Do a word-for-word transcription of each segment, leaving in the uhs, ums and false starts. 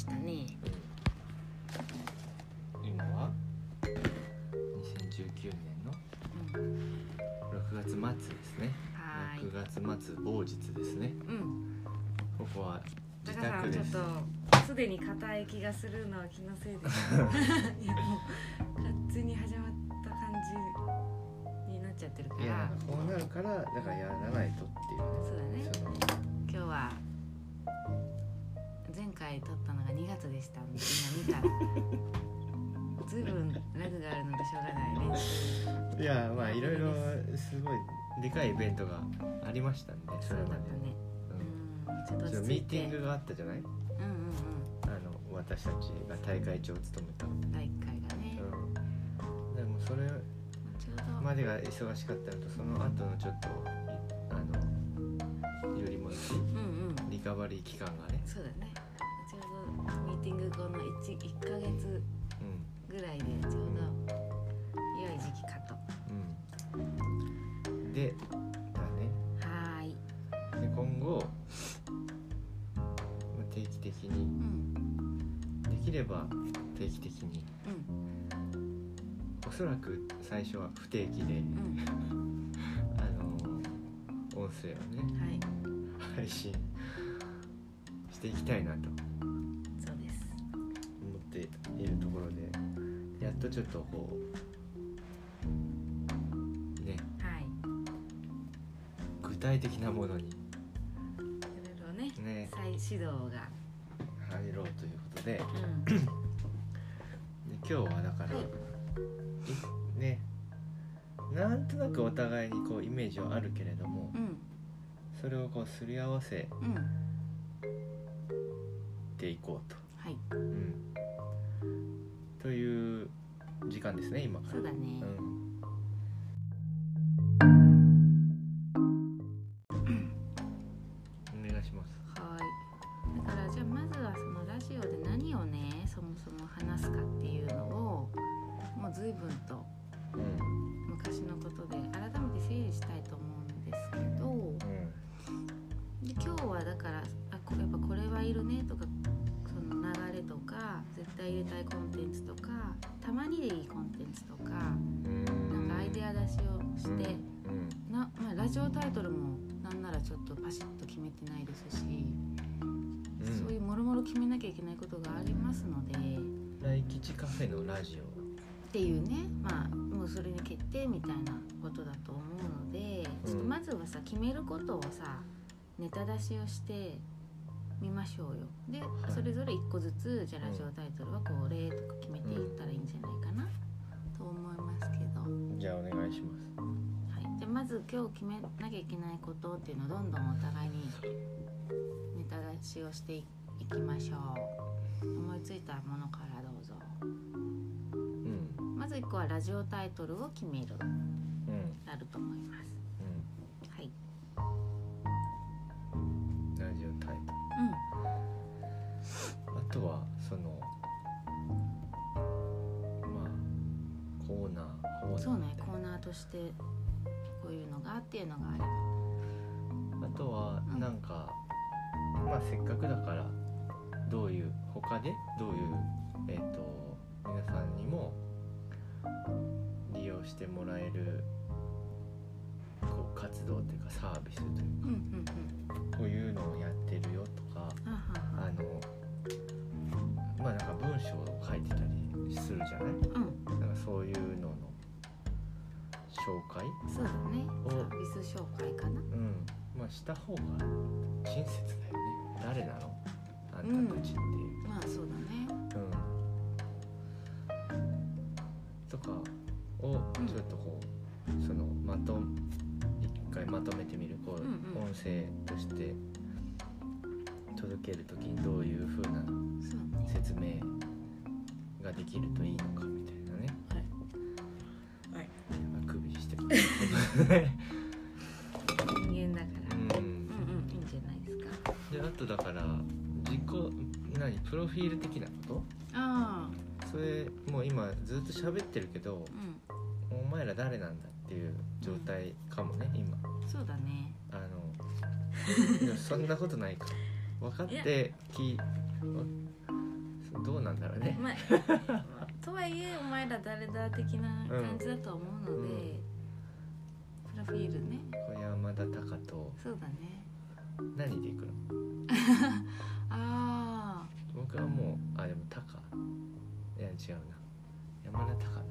したね、 うん、今はにせんじゅうきゅうねんのろくがつまつですね。 はーい、 ろくがつまつ某日ですね。 うん、 ここは自だから宅です。 ちょっとすでに硬い気がするのは気のせいですいやもう勝手に始まった感じになっちゃってるからいやこうなるからだからやらないとっていうね。 そうだね。 その今日は前回撮ったのがにがつでした。今見たらずいぶんラグがあるのでしょうがない練習。 いやまあいろいろすごいでかいイベントがありましたんで、そそうれまでだったね。 うんうん、ちょっとちょっと落ち着いてミーティングがあったじゃない。 うんうんあの私たちが大会長を務めた、 うん。第いっかいがね。 うん、でもそれちょうどまでが忙しかったのと、その後のちょっとあのより戻しうんうん。 リカバリー期間がね、 そうだね。ちょうどミーティング後の 1, 1ヶ月うぐらいでちょうど良い時期かと。 んうん、でだね。 はーい。 で今後定期的に、 うん。 できれば定期的に、 うんおそらく最初は不定期で、 うんあの音声をねはい配信していきたいなとそうです思っているところで、やっとちょっとこうねはい具体的なものにいろいろねね再指導が入ろうということで、 うんで今日はだから、 はいいねなんとなくお互いにこうイメージはあるけれども、 うんそれをこうすり合わせうんていこうと、 はいうん、という時間ですね今から。 そうだね、 うん、お願いします。 はいだからじゃあまずはそのラジオで何をねそもそも話すかっていうのをもう随分とうん昔のことで改めて整理したいと思うんですけど、 うんで今日はだからあこやっぱこれはいるねとかその流れとか絶対入れたいコンテンツとかたまにでいいコンテンツとかなんかアイデア出しをして、 うんなまあ、ラジオタイトルもなんならちょっとパシッと決めてないですし、 うん、 そういうもろもろ決めなきゃいけないことがありますので大吉カフェのラジオっていうねまあもうそれに決定みたいなことだと思うので、ちょっとまずはさ決めることをさネタ出しをしてみましょうよ。で、 はいそれぞれいっこずつじゃあラジオタイトルはこれとか決めていったらいいんじゃないかなと思いますけど、 じゃあお願いします。 はい、じゃあまず今日決めなきゃいけないことっていうのをどんどんお互いにネタ出しをしていきましょう。思いついたものからどうぞ。 うんまずいっこはラジオタイトルを決めるうんなると思います。はい。 うんラジオタイトル、あとはそのまあコーナーコーナーうん、そうねコーナーとしてこういうのがっていうのがあれば、 あとはうんなんか、まあせっかくだからどういう他でどういうえっ、と皆さんにも利用してもらえるこう活動というかサービスといううんうんうん、 かこういうのをやってるよとか、 あははあのまあなんか文章を書いてたりするじゃない。 うんなんかそういうのの紹介、 そうだねおサービス紹介かな。 うんまあした方が親切だよね。誰なのあんたたちっていう、 まあそうだね。 うんとかをちょっとこう、そのまと一回まとめてみるこう、 うんうん音声として届けるときにどういう風なそうね。 説明ができるといいのかみたいなね。 はい。はい。 あくびしてる人間だから。 うんうんうんいいんじゃないですか。 であとだから自己何プロフィール的なこああ。 と、それもう今ずっと喋ってるけど、 うん。 お前ら誰なんだっていう状態かもね今。 そうだね。 あのでもそんなことないか分かってきどうなんだろうね、 まあまあ、とはいえお前ら誰だ的な感じだと思うので、うん、プロフィールね。 小山田隆とそうだね。 何でいくのああ僕はもうあでも隆いや違うな山田隆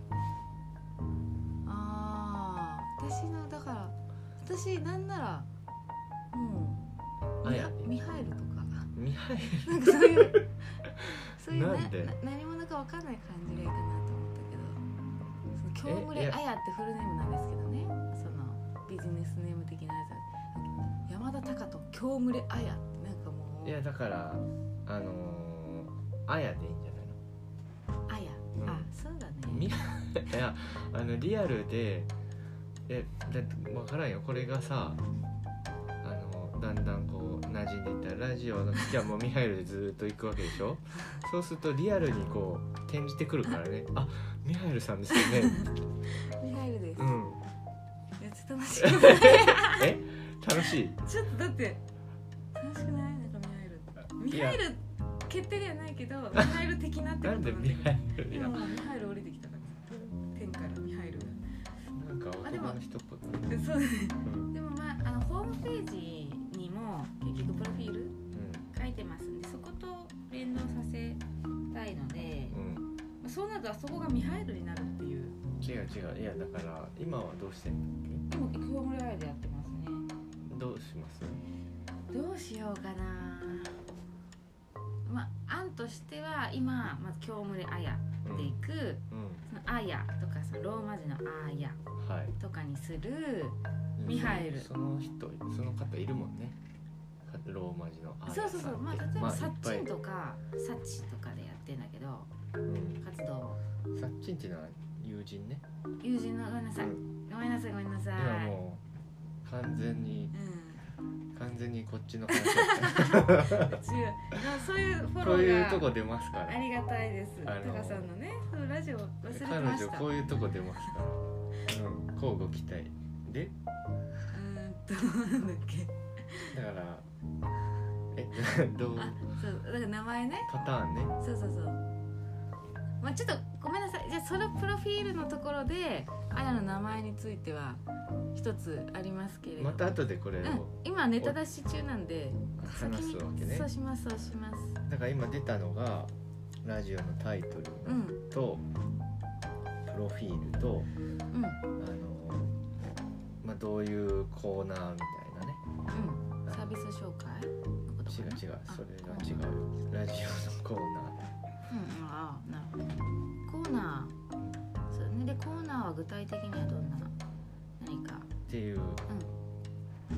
ああ私のだから私なんならもうあやミハイルとかミハイルなんかそういうそういうなんでな何者か分かんない感じがいいかなと思ったけど、その京村あやってフルネームなんですけどね、そのビジネスネーム的なやつ山田隆と京村あやってなんかもういやだからあのー、あやでいいんじゃないの。 あや、うん、あそうだね。 みいやあのリアルでえだ分からんよこれがさあのだんだんこう馴染んでいったらラジオの時はもうミハイルでずっと行くわけでしょそうするとリアルにこう転じてくるからねあミハイルさんですよねミハイルです。 うんいやちょっと楽しくないえ楽しいちょっとだって楽しくないなんかミハイルミハイル決定ではないけどミハイル的なってことなんでミハイルやミハイル降りてきたから天からミハイルがなんか男の人っぽいそうです、うん、でもまああのホームページにも結局プロフィール書いてますんで、うん、そこと連動させたいので、うん、そうなるとあそこがミハイルになるっていう。 違う違ういやだから今はどうしてんの？ 今京村あやでやってますね。 どうします？ どうしようかな。まあ案としては今まず京村あやでいく、うんうん、そのあやとかそのローマ字のあやとかにする、はい、ミハイル。 その人その方いるもんね。ローマ字のあやさんって。そうそうそう。まあ例えば、まあ、サッチンとかサッチとかでやってんだけど、うん、活動を。 サッチンっていうのは友人ね。 友人のごめんなさい、うん、ごめんなさいごめんなさい。 今もう完全に、うん、完全にこっちの話だった。違う。そういうフォローがこういうとこ出ますから。 ありがたいです。タカさんのね、ラジオ忘れてました。彼女こういうとこ出ますから。うん、交互期待で。 うーんとなんだっけ。 だからえどう。 あ、そうだから名前ね。 パターンね。 そうそうそう。まあ、ちょっとごめんなさい。じゃあそのプロフィールのところであやの名前については一つありますけれどまた後でこれを、うん、 今ネタ出し中なんで話すわけね。 そうしますそうします。 だから今出たのがラジオのタイトルと、うん、プロフィールと、うん、あのまあどういうコーナーみたいなね、 うん、サービス紹介違う違うそれが違うラジオのコーナーうんうん、ああなるほど。コーナー、そうね。でコーナーは具体的にはどんな何かっていう、うんうん、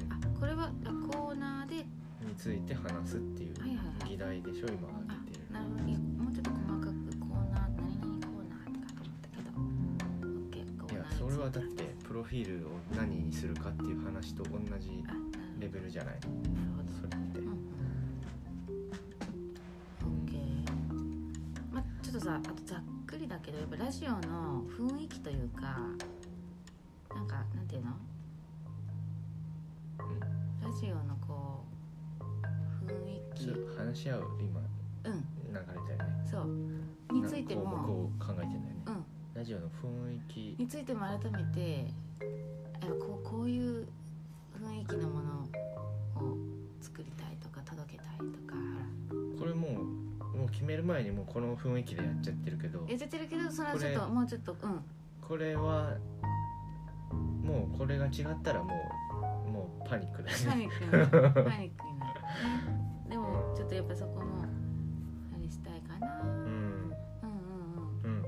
あこれはコーナーでについて話すっていう議題でしょ、はいはいはい、今挙げてる。 なるほど。いやもうちょっと細かくコーナー何々コーナーってかと思ったけど、OK コーナー。 いやそれはだってプロフィールを何にするかっていう話と同じレベルじゃない。なるほど。 それって。うんちょっとさ、あとざっくりだけどやっぱラジオの雰囲気というかなんかなんていうの、うん、ラジオのこう雰囲気話し合う今、うん、流れたよね。 そうについてもこう考えてんだよね、 うん、 ラジオの雰囲気についても改めてやっぱこう、こういう雰囲気のものを作りたいとか届けたいとかこれもうもう決める前にもうこの雰囲気でやっちゃってるけどやっちゃってるけどそれはちょっともうちょっとうんこれはもうこれが違ったらもうもうパニックだね。 パニックになるパニックになる、ね、でもちょっとやっぱそこもあれしたいかな、うん、うんうんうんうん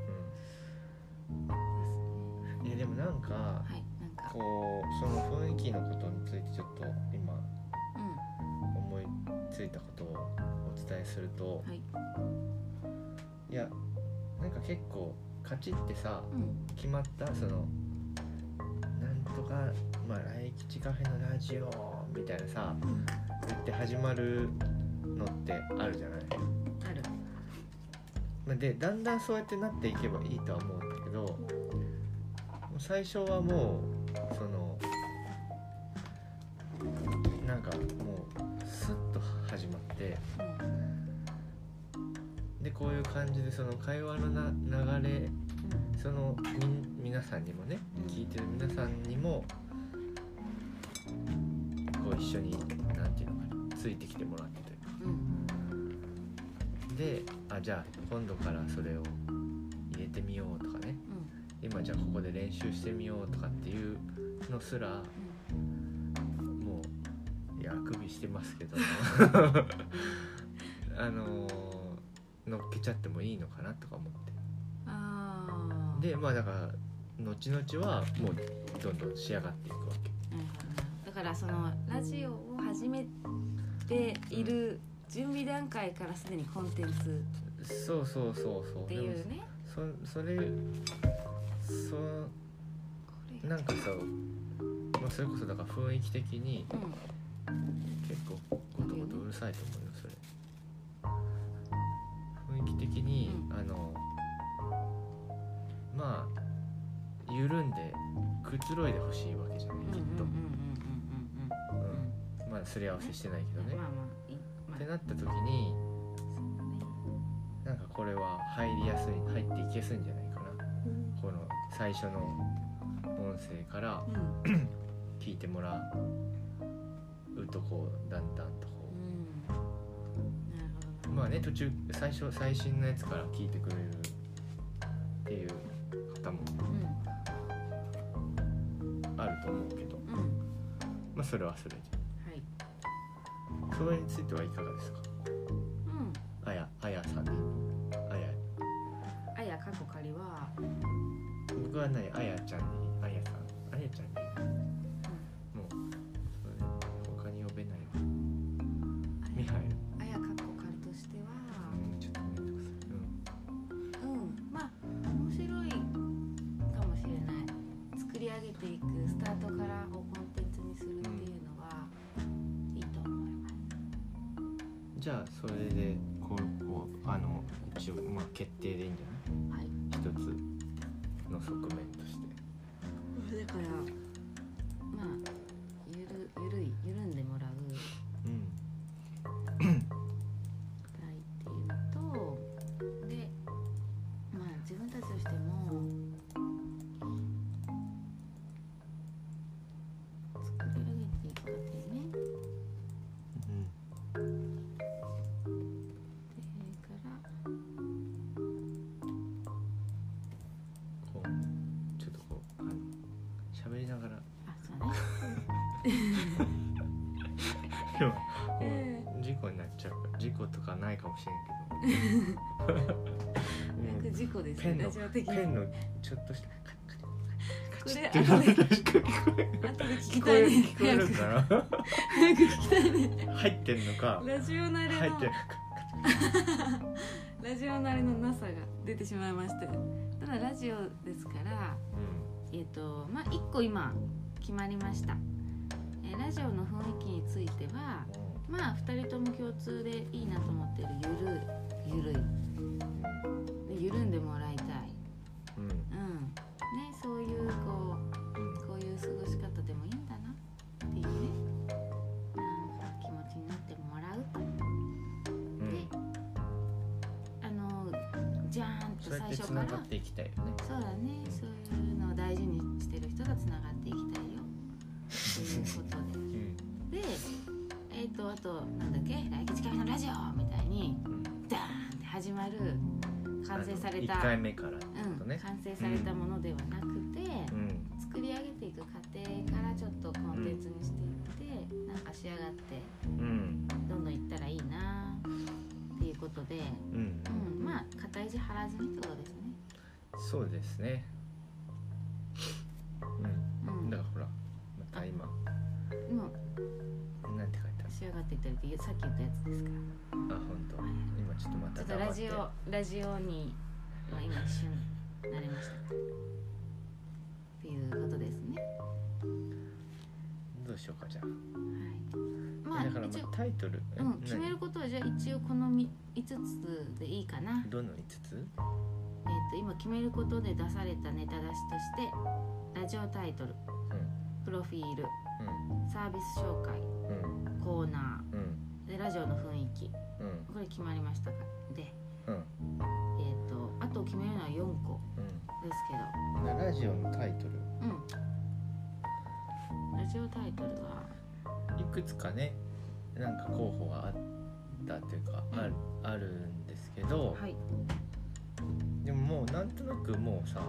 うんいやでもなんか、はい、なんかこうその雰囲気のことについてちょっと今、うん、思いついたことをお伝えすると、はい、いやなんか結構カチってさ、うん、決まったそのなんとかまあ来吉カフェのラジオみたいなさ、うん、言って始まるのってあるじゃない。 ある。 でだんだんそうやってなっていけばいいとは思うんだけど、最初はもうそのなんかもうスッと始まって、 でこういう感じでその会話のな流れ、そのみ皆さんにもね、聞いてる皆さんにもこう一緒になんていうのかな、ついてきてもらってというか、で、あ、じゃあ今度からそれを入れてみようとかね、今じゃあここで練習してみようとかっていうのすら、もういやあくびしてますけどあのー、乗っけちゃってもいいのかなとか思って、 あでまあだから後々はもうどんどん仕上がっていくわけ。 だからそのラジオを始めている準備段階からすでにコンテンツそうそうそうそうっていうね、 そそれそなんかさ、まあ、それこそだから雰囲気的に、うん、結構ゴトゴトうるさいと思うよそれ。雰囲気的に、うん、あのまあ緩んでくつろいでほしいわけじゃない、きっと。まあすり合わせしてないけどね、まあまあいいまあ、ってなった時になんかこれは入りやすい、入っていきやすいんじゃないかな、うん、この最初の音声から、うん、聞いてもらうとこうだんだんとこう、うん、なるほど、まあね、途中最初最新のやつから聞いてくれるっていう方も、うん、あると思うけど、うん、まあそれはそれで、はい、それについてはいかがですか。うん、あやあやさんね、あやあや過去仮は僕はね、あやちゃんに、あやさん、あやちゃんに、うん、もうそれ他に呼べないわ。ミハエル。 あや過去仮としては、 うん、ちょっとめんどくさい。うん。 うん、まあ面白いかもしれない。作り上げていくスタートからをコンテンツにするっていうのは、うん、いいと思います。 じゃあそれでこうこうあの一応まあ決定でいいんじゃない？はい。一つの側面として。 だからまあゆるゆるい緩んでもらう、うん、題っていうのと、でまあ自分たちとしても作り上げていく過程ね。うん。 事故とかないかもしれんけど事故ですね、 ペンのペンのちょっとしたこれ後で聞きたいね。 聞こえるかな。 早く聞きたいね。 入ってんのかラジオ慣れの入ってるラジオ慣れのなさが出てしまいました。ただラジオですから、うん、えっとまあいっこ今決まりました。えラジオの雰囲気については、まあふたりとも共通でいいなと思ってるゆるゆるいで緩んでもらいたい、うん、うん、ね、そういうこうこういう過ごし方でもいいんだなっていうね、なんか気持ちになってもらうと、うん、であのじゃーんと最初からそうやってつながっていきたいよね。 そうだね、うん、そういうのを大事にしてる人がつながっていきたいよということで、うん、でえー、とあとなんだっけ、来吉カフェのラジオみたいに、うん、ダーンって始まる完成されたいっかいめから、ね、 うん、完成されたものではなくて、うん、作り上げていく過程からちょっとコンテンツにしていって、うん、なんか仕上がって、うん、どんどんいったらいいなっていうことで、うんうん、まあ肩意地張らずにってことですね。 そうですね、うんうん、だからほらまた今もうなんて書いてある、仕上がっていったりってさっき言ったやつですから。 あ、本当。はい、今ちょっとまたちょっとラジオラジオに、まあ、今一瞬なれましたっていうことですね。 どうしようかじゃあ。 はい。まあだからまあタイトル、 うん、決めることはじゃあ一応このいつつでいいかな。 どのいつつ？ えっと今決めることで出されたネタ出しとしてラジオタイトル、うん、プロフィール、うん、サービス紹介、うん、コーナー、うん、でラジオの雰囲気、うん、これ決まりましたか。でうんえっ、とあと決めるのはよんこうんですけど、 ラジオのタイトルうんラジオタイトルはいくつかねなんか候補があったというか、 うんあるあるんですけど、 はいでももうなんとなくもうさ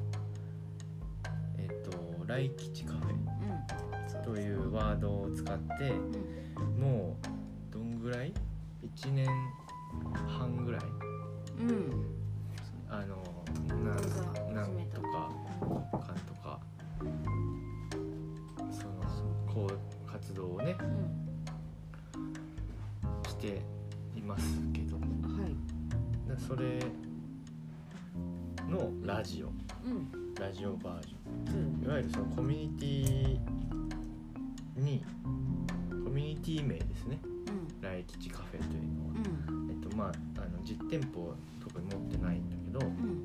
えっ、と来吉カフェうんそうというワードを使ってうんもうどんぐらいいちねんはんぐらいうんあの動画ななん始めたとかかんとかそのこう活動をねうんしていますけど、 はいでそれのラジオうんラジオバージうんョンいわゆるそのコミュニティにコミュニティ名ですねうん来吉カフェというのは、 うんえっとまああの実店舗は特に持ってないんだけど、 うん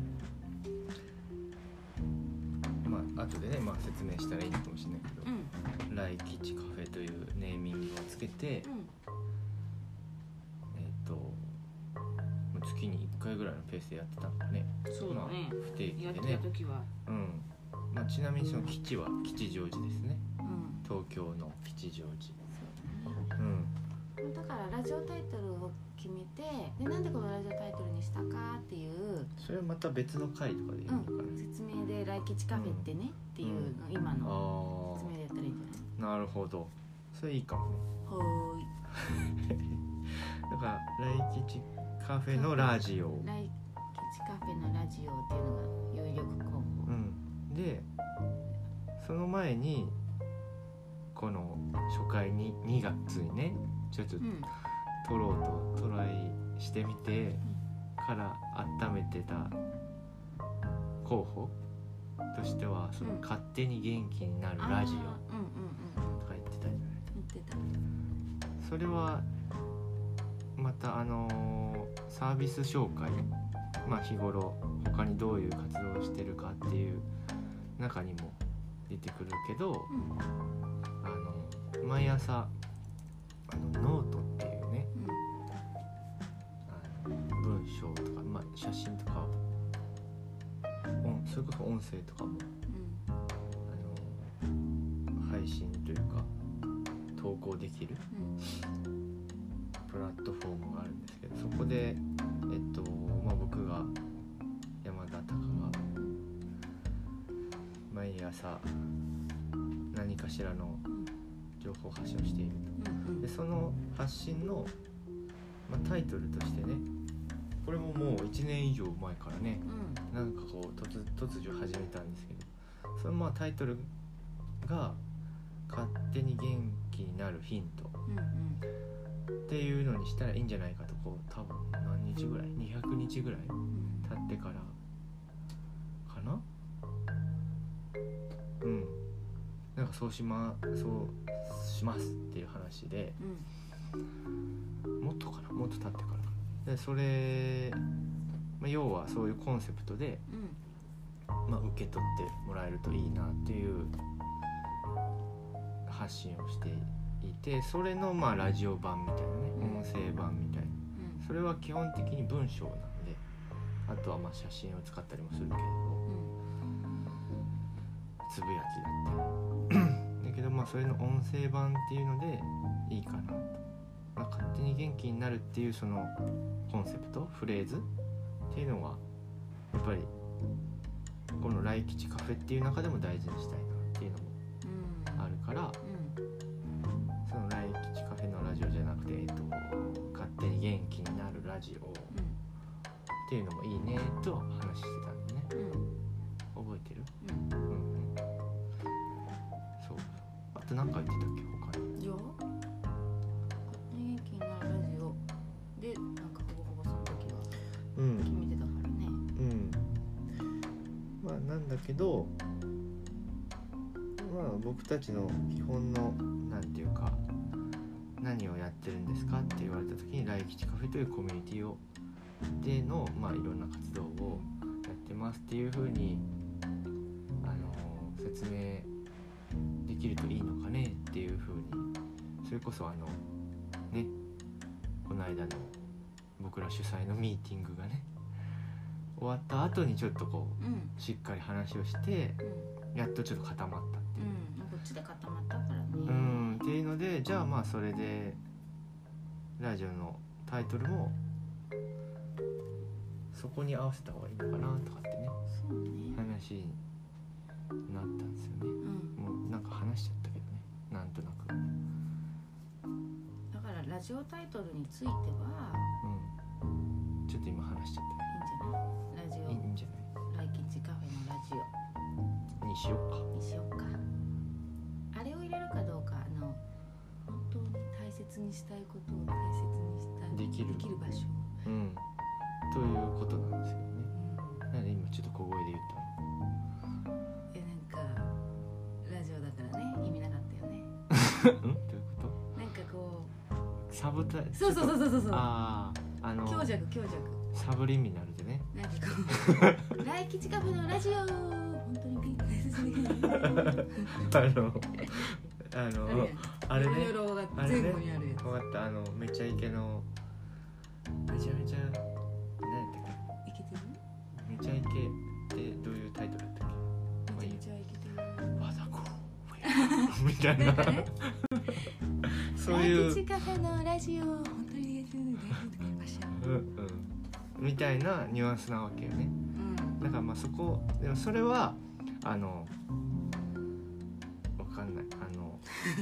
まあ後でね、まあ、説明したらいいのかもしれないけど、 うん来吉カフェというネーミングをつけて、 うんえっと月にいっかいぐらいのペースでやってたんだね。 そうだねまあ、不定期やってでねた時はうんまあ、ちなみにその基地は吉祥寺ですね。 うん東京の吉祥寺。 そうだねうんだからラジオタイトルを決めてでなんでこのラジオタイトルにしたかっていう、 それはまた別の回とかでいいのかうん、説明で来吉カフェってね、っていうの今な、 の説明あでやったらいいんじゃない？ あなるほど、それいいかもね。 はーいだから来吉カフェのラジオ、 来吉カフェのラジオっていうのが有力候補、 うん、でその前にこの初回ににがつにねちょっとうん撮ろうとトライしてみてから温めてた候補としてはそのうん勝手に元気になるラジオあーうんうんうんうんとか言ってたじゃない。 言ってたそれはまたあのーサービス紹介、まあ日頃他にどういう活動をしてるかっていう中にも出てくるけど、 うんあの毎朝あのノートっていうねあの文章とか、まあ、写真とか音それこそ音声とかもうんあの配信というか投稿できるうんプラットフォームがあるんですけど、そこでえっとまあ僕が山田隆が毎朝何かしらのうん情報発信をしているうんうんと。でその発信の、まあ、タイトルとしてね、これももういちねん以上前からねうんなんかこう突突如始めたんですけど、そのまあタイトルが勝手に元気になるヒントうんうんっていうのにしたらいいんじゃないかと、こう多分何日ぐらいにひゃくにちぐらい経ってからかな、うんなんかそうしまそうしますっていう話で、 うんもっとかなもっと経ってからかな。でそれ、まあ、要はそういうコンセプトで、 うんまあ、受け取ってもらえるといいなっていう発信をしていて、それのまあラジオ版みたいなね、 うん音声版みたいな、 うんそれは基本的に文章なんで、あとはまあ写真を使ったりもするけれど、つぶやきだったりだけど、まあそれの音声版っていうのでいいかなと、まあ、勝手に元気になるっていうそのコンセプトフレーズっていうのはやっぱりこの来吉カフェっていう中でも大事にしたいなっていうのもうんあるから、 うんその来吉カフェのラジオじゃなくて、えっと、勝手に元気になるラジオっていうのもいいねと話してたんでね。 うんうん覚えてる？ うんうんうん。そう。あと何か言ってたっけ他に？ じゃあ元気になるラジオでなんかほぼほぼその時はうん決めてたからね。 うん。まあなんだけど、まあ僕たちの基本のなんていうか何をやってるんですかって言われた時に来吉カフェというコミュニティをでのまあいろんな活動をやってますっていう風にあの説明できるといいのかねっていう風に、それこそあのねこの間の僕僕ら主催のミーティングがね終わった後にちょっとこう、うん、しっかり話をして、うん、やっとちょっと固まったっていう、 うん、こっちで固まったからね、 うん、っていうのでじゃあまあそれでラジオのタイトルもそこに合わせた方がいいのかなとかってね、 そうね話になったんですよね、うん、もうなんか話しちゃったけどね、なんとなくだからラジオタイトルについては、 うん、ちょっと今話しちゃったいいんじゃない、ラジオいいんじゃない、 来吉カフェのラジオにしようかにしようか。あれを入れるかどうか、あの本当に大切にしたいことを大切にしたいできる、 できる場所、 うん、ということなんですよね、うん、なんで今ちょっと小声で言ったの、 え、なんかラジオだからね、意味なかったよねうん、どういうこと、 なんかこうサブタイ、 そうそうそうそうそうそう、 ああ、あの強弱強弱、 サブリミナルでね、 なんかこう来吉カフェのラジオ本当に大切にできないあのあのあれね、 ヨロヨロが前後にあるやつ、 分かった、あのめちゃイケのめちゃめちゃ何やったっけ、イケてる、 めちゃイケってどういうタイトルだったっけ、 めちゃイケてるわざこみたいなそういう来吉カフェのラジオ本当に大切にできない場所、 うんうんみたいなニュアンスなわけよね、うん、だからまあそこでもそれはあのわかんない、あの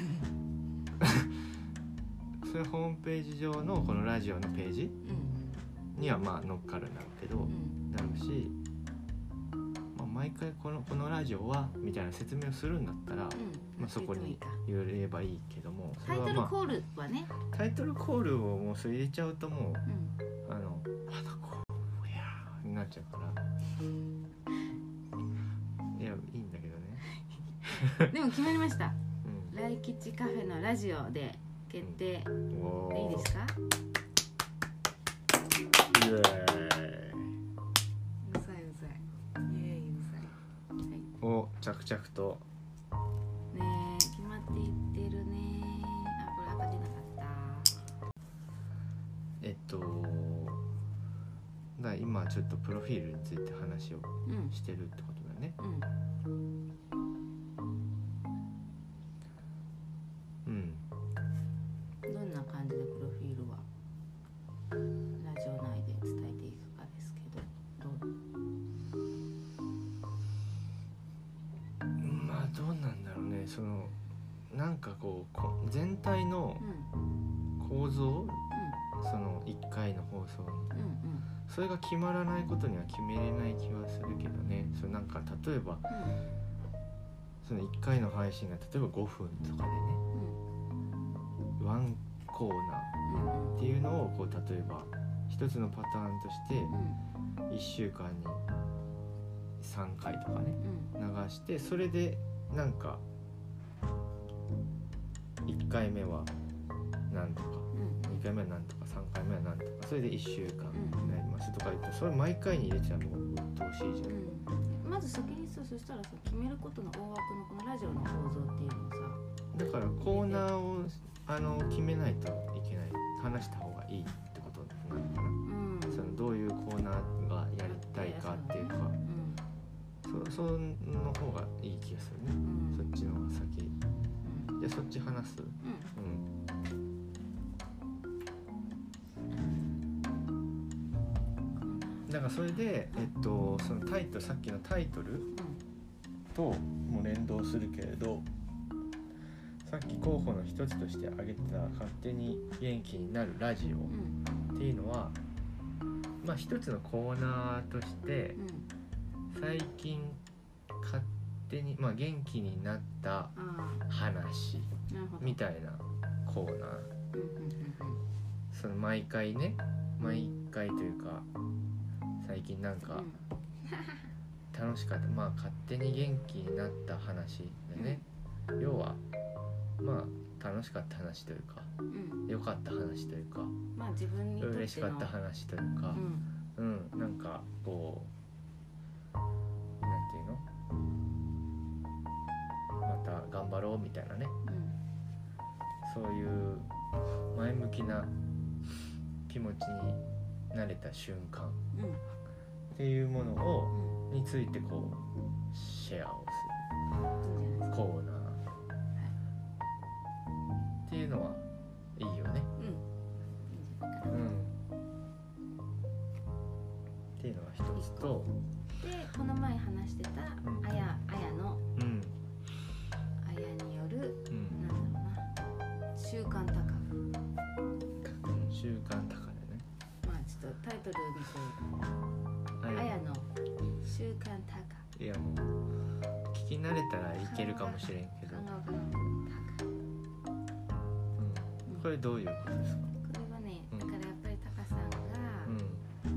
それホームページ上のこのラジオのページにはまあ乗っかるんだけど、うん、なるし、まあ、毎回このこのラジオはみたいな説明をするんだったら、うんまあ、そこに言えばいいけども、 それは、まあ、タイトルコールはね、 タイトルコールをもうそれ入れちゃうともう、うん、あのまだこうやーになっちゃうから、いやいいんだけどねでも決まりました、うん、来吉カフェのラジオで決定、うん、いいですか、 イエーイ、 うるさいうるさい、イエーイうるさい、はい、 お着々とねえ決まっていってるね、あこれ赤出なかった、 えっとだ今ちょっとプロフィールについて話をしてるってことだね、うん、うん、 どんな感じでプロフィールはラジオ内で伝えていくかですけど、どうまあどうなんだろうね、そのなんかこう全体の構造、うん、そのいっかいの放送、うんうん、それが決まらないことには決めれない気はするけどね、そのなんか例えば、うん、そのいっかいの配信が例えばごふんとかでね、うん、ワンコーナーっていうのをこう例えば一つのパターンとしていっしゅうかんにさんかいとかね、うん、流して、それでなんかいっかいめはなんとか、うん、にかいめはなんとか、さんかいめはなんとか、それでいっしゅうかんになりますとか言って、それ毎回に入れちゃうのもうっとうしいじゃん、 うん、まず先にさ、そしたらさ、決めることの大枠のこのラジオの構造っていうのをさ、 だからコーナーをあの決めないといけない、話した方がいいってことなのかな、うん、そのどういうコーナーがやりたいかっていうか、うん、そ, その方がいい気がするね、うん、そっちの方が先、うん、じゃあそっち話す、うん、うん、だからそれでえっとそのタイトル、さっきのタイトルとも連動するけれど、さっき候補の一つとして挙げてた勝手に元気になるラジオっていうのは、まあ一つのコーナーとして最近勝手に、まあ、元気になった話みたいなコーナー、その毎回ね、毎回というか最近なんか楽しかった、まあ勝手に元気になった話でね、要はまあ楽しかった話というか、うん、良かった話というか、 まあ自分にとっての嬉しかった話というか、うん、うん、なんかこうなんていうの、また頑張ろうみたいなね、うん、そういう前向きな気持ちに慣れた瞬間うんっていうものをについてこうシェアをするコーナーっていうのはいいよね。 うん、 うん。っていうのが一つと、 でこの前話してたあやあやのうん、 あやによるうん、 なんだろうな習慣タカ習慣高でね。 まあちょっとタイトルにするあやの習慣タカいやもう聞き慣れたらいけるかもしれんけど、 考えるタカうん、これどういうことですか？ これはね、 うんだからやっぱりタカさんが、 うん、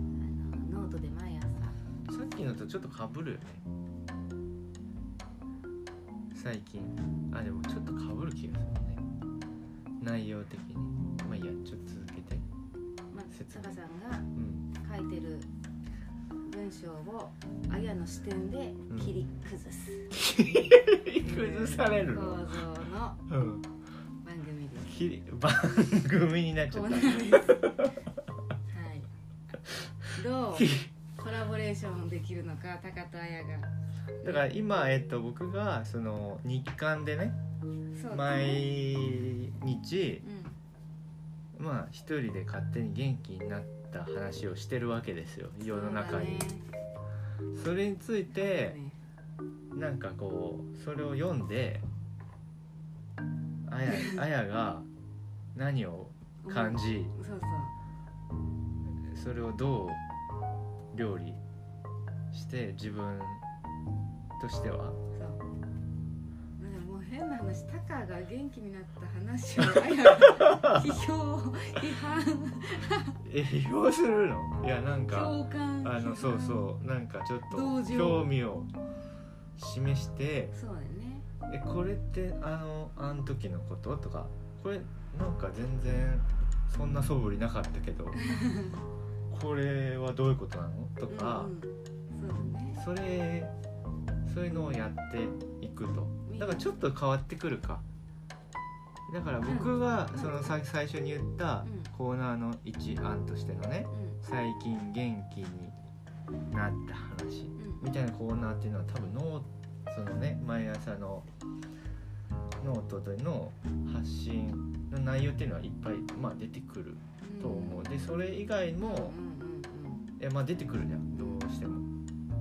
あのノートで毎朝さっきのとちょっとかぶるよね。最近あでもちょっとかぶる気がするね。内容的にまあいいやちょっと続けて。 まあ、 説明タカさんがうん書いてる文章をあやの視点で切り崩す、 崩される構の？ 造のうん。 番組です。 きり番組になっちゃった。 コーナーです。はい。どうコラボレーションできるのか、タカとあやが。 だから今えっと僕がその日刊でねそう毎日うん、 まあ一人で勝手に元気になった話をしてるわけですよ世の中に。それについてなんかこうそれを読んであやあやが何を感じ、 そうそうそれをどう料理して自分としてはそう。なんかもう変な話、タカが元気になった話をあやが批評批判え批評するの？いやなんか共感あのそうそうなんかちょっと同情興味を示してそうだよね。 えこれってあのあの時のこととかこれなんか全然そんな素振りなかったけどこれはどういうことなのとか、 うんうん、そうだね。 それそういうのをやっていくとだからちょっと変わってくるか。だから僕がそのさ最初に言ったコーナーの一案としてのね最近元気になった話うんみたいなコーナーっていうのは多分ノーそのね毎朝のノートでの発信の内容っていうのはいっぱいまあ出てくると思う。でそれ以外もうんうんうんいやまあ出てくるじゃんどうしても。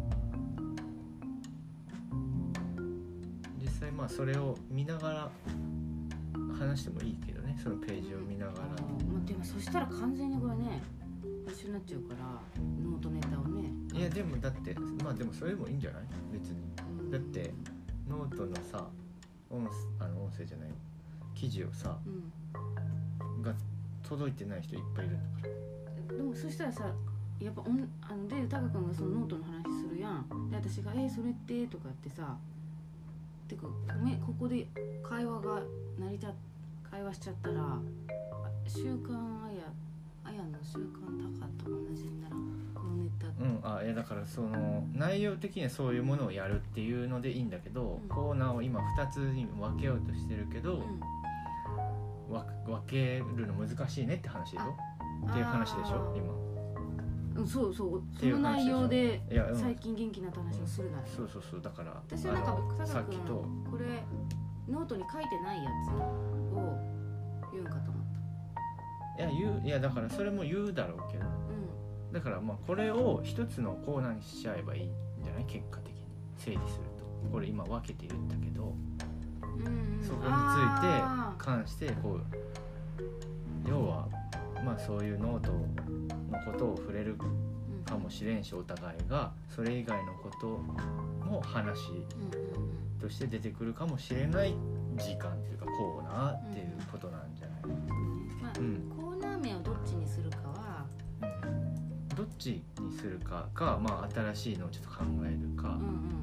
実際まあそれを見ながら話してもいいけどねそのページを見ながら。 あーまあ、でもそしたら完全にこれね一緒になっちゃうからノートネタをね。 いやでもだってまあでもそれでもいいんじゃない別に。 うん、 だってノートのさ音あの音声じゃない記事をさうん、 が届いてない人いっぱいいるんだから。 でもそしたらさやっぱおんあのでタカ君がそのノートの話するやん。で私が「えそれって」とかってさてかごめんここで会話が成り立っ会話しちゃったらあ習慣あやあやの習慣タカと同じにならんこのネタって。 うんあいやだからその内容的にはそういうものをやるっていうのでいいんだけど、 うん、 コーナーを今ふたつに分けようとしてるけど、 うん、 わ分けるの難しいねって話でしょっていう話でしょ今。 うん、そうそうてそのいう話でしょ内容でいや、うん、 最近元気になった話をするなら、 そうそうそうだから私はなんかあのタカ君さっきとこれノートに書いてないやつを言うんかと思っいや言ういやだからそれも言うだろうけどた。 だからまあこれを一つのコーナーにしちゃえばいいんじゃない結果的に整理するとこれ今分けて言ったけど、 うん、うんうん、 そこについてあ関してこう要はまあそういうノートのことを触れるーかもしれんしお互いがそれ以外のことも話うんうんうんとして出てくるかもしれない時間っていうかコーナーっていうことなんじゃない、 うんまあ、 うんコーナー名をどっちにするかは、 うん、どっちにするかか、まあ、新しいのをちょっと考えるか、 うんうん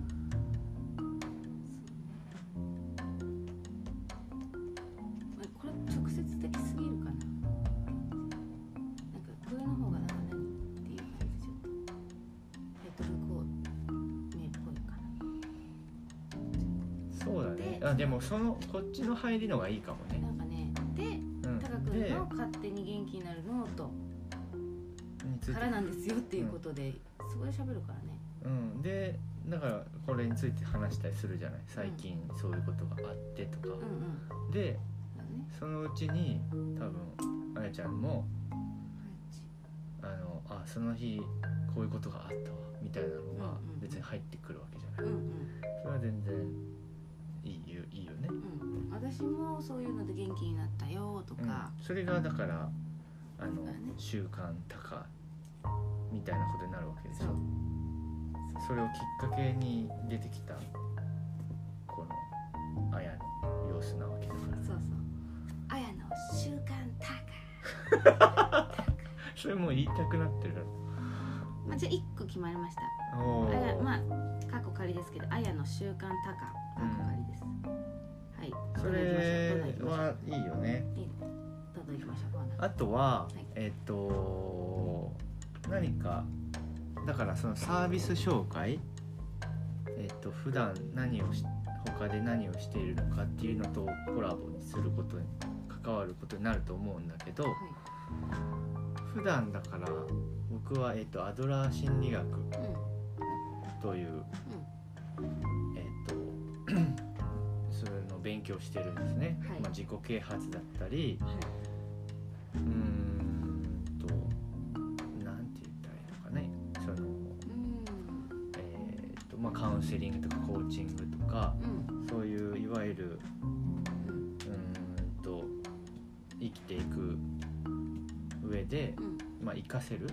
これ直接的すぎるかな。なんかこれの方がなんか何っていう感じでちょっとタイトルコー名っぽいかな。 そうだね。 であでもそのこっちの入りのがいいかもね。 なんかねでうん、 タカ君での勝手に元気になるノートについてからなんですよっていうことで、うん、そこで喋るからね。 うん、でだからこれについて話したりするじゃない、最近そういうことがあってとか、うんうん、で、そのうちに多分あやちゃんもあのあその日こういうことがあったわみたいなのが別に入ってくるわけじゃない、うんうん、それは全然いいよ、いいよね、うん、 私もそういうので元気になったよとか、 うん、それがだからあの、ね、習慣高みたいなことになるわけでしょ。それをきっかけに出てきたこのあやの様子なわけだから。そうそう、 あやの習慣高それもう言いたくなってる。 あ、じゃあいっこ決まりました。あや、まあ過去仮ですけど、あやの習慣高過去仮です、うん、はい、 それはいいよね。いい、 どんどん行きましょう。 あとは、はい、えっと何かだからそのサービス紹介、えっと普段何をし他で何をしているのかっていうのとコラボにすることに関わることになると思うんだけど、はい、普段だから僕は、えっとアドラー心理学という、うん、えっとそれの勉強してるんですね、はい、まあ、自己啓発だったり、はい、うーんとなんて言ったらいいのかね、その、えーとまあ、カウンセリングとかコーチングとか、うん、そういういわゆるうーんと生きていく上で、うん、まあ、活かせる、うん、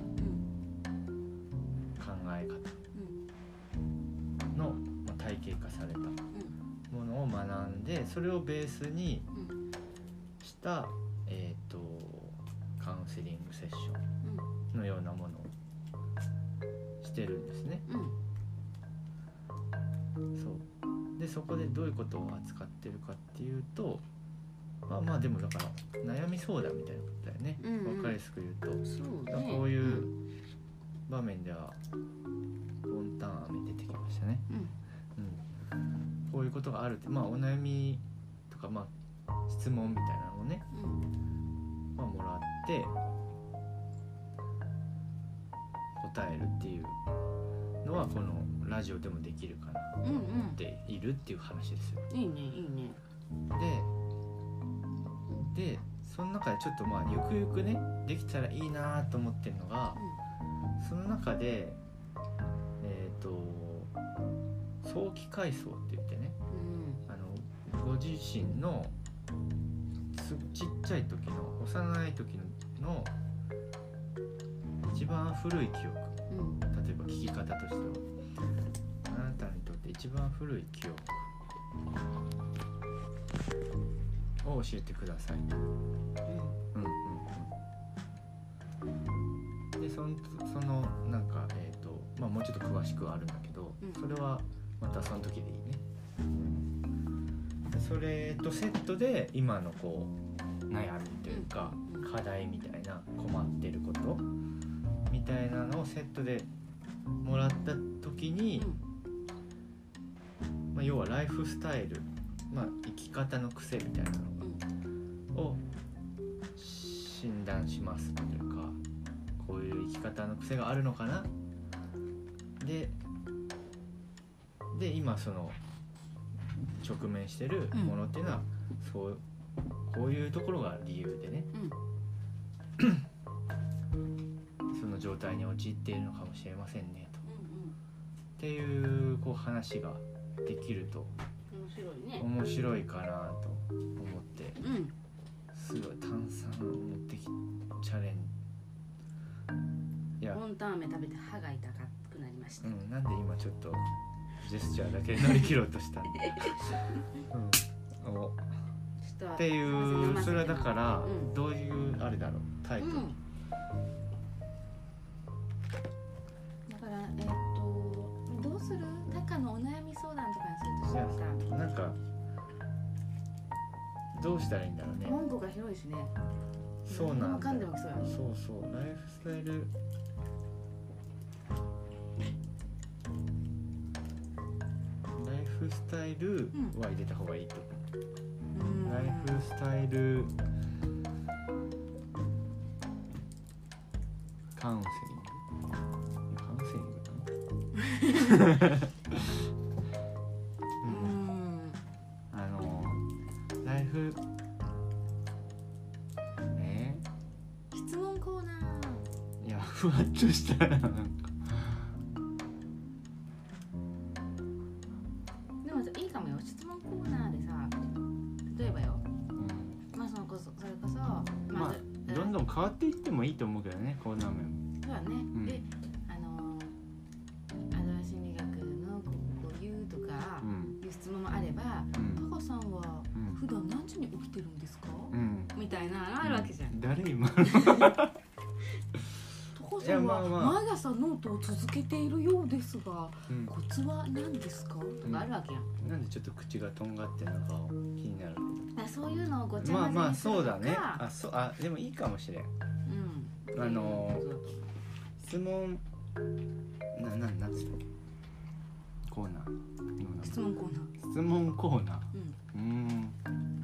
考え方の、まあ、体系化されたものを学んで、それをベースにした、えーとカウンセリングセッションのようなものをしてるんですね、うん、そうでそこでどういうことを扱ってるかっていうと、まあまあでもだから悩み相談みたいなことだよね、うんうん、分かりやすく言うと、そうね、こういう場面ではボンタン飴出てきましたね、うんうん、こういうことがあるって、まあお悩みとか、まあ質問みたいなのをね、うん、まあ、もらって答えるっていうのはこのラジオでもできるかなと思っているっていう話ですよ、 うんうん、いいねいいね。 ででその中でちょっとまあゆくゆくねできたらいいなと思ってるのが、うん、その中でえっと早期回想って言ってね、うん、あのご自身のちっちゃい時の幼い時の一番古い記憶、うん、例えば聞き方としてはあなたにとって一番古い記憶を教えてください、うんうんうん、で その, そのなんか、えーとまあ、もうちょっと詳しくはあるんだけど、うん、それはまたその時でいいね、うん、でそれとセットで今のこう悩みというか課題みたいな困ってることみたいなのをセットでもらった時に、まあ、要はライフスタイル、まあ、生き方の癖みたいなのを診断しますというか、こういう生き方の癖があるのかな、でで今その直面してるものっていうのは、うん、そうこういうところが理由でね、うん、その状態に陥っているのかもしれませんねと、うんうん、っていうこう話ができると面白いね、 面白いかなと思って、うん、すごい炭酸を持ってきチャレンジ、ボンタン飴食べて歯が痛くなりました、 うん、なんで今ちょっとジェスチャーだけで乗り切ろうとしたんで、うん、おっていう、それはだからどういうあれだろうタイトル、うん、 だからえー、っとどうするタカのお悩み相談とかにするとしたらさ、 なんかどうしたらいいんだろうね。 門戸が広いしね。 そうなんだよ。 そうそうライフスタイルライフスタイルは入れた方がいいと思う、うん、ライフスタイルカウンセリングうんあのライフね質問コーナいやふわっとしたらなんかーでもさいいかもよ質問コーナーでさ例えばよ、 うんまあそのこそそれこそまあ、 まあ、どんどん変わっていってもいいと思うけどねコーナー名もそうだね、 んであのー、アドラー心理学のこうこういうとか、 うんいう質問もあれば、 うんタカさんはうん普段何時に起きてるんですか、 うんみたいなのあるわけじゃん。 誰今タカさんはいやまあまあ毎朝ノートを続けているようですが、 うんコツは何ですかとかあるわけやん。 なんでちょっと口がとんがってるのかを気になるけだからそういうのをごちゃどまあまあ混ぜにするそうだねかあそうあでもいいかもしれんうん、 あのーそうそう質問なななんつうのコーナー質問コーナー。 質問コーナーうんうーんうん